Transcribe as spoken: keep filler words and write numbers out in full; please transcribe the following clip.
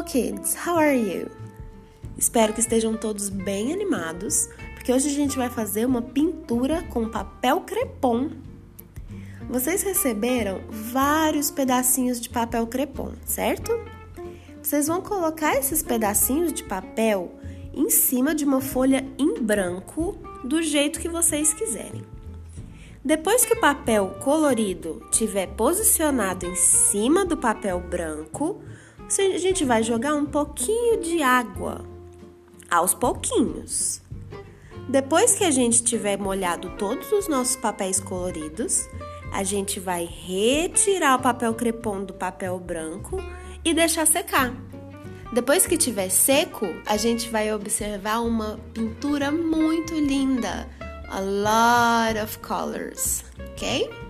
kids, how are you? Espero que estejam todos bem animados, porque hoje a gente vai fazer uma pintura com papel crepom. Vocês receberam vários pedacinhos de papel crepom, certo? Vocês vão colocar esses pedacinhos de papel em cima de uma folha em branco, do jeito que vocês quiserem. Depois que o papel colorido estiver posicionado em cima do papel branco, a gente vai jogar um pouquinho de água, aos pouquinhos. Depois que a gente tiver molhado todos os nossos papéis coloridos, a gente vai retirar o papel crepom do papel branco e deixar secar. Depois que estiver seco, a gente vai observar uma pintura muito linda. A lot of colors, ok?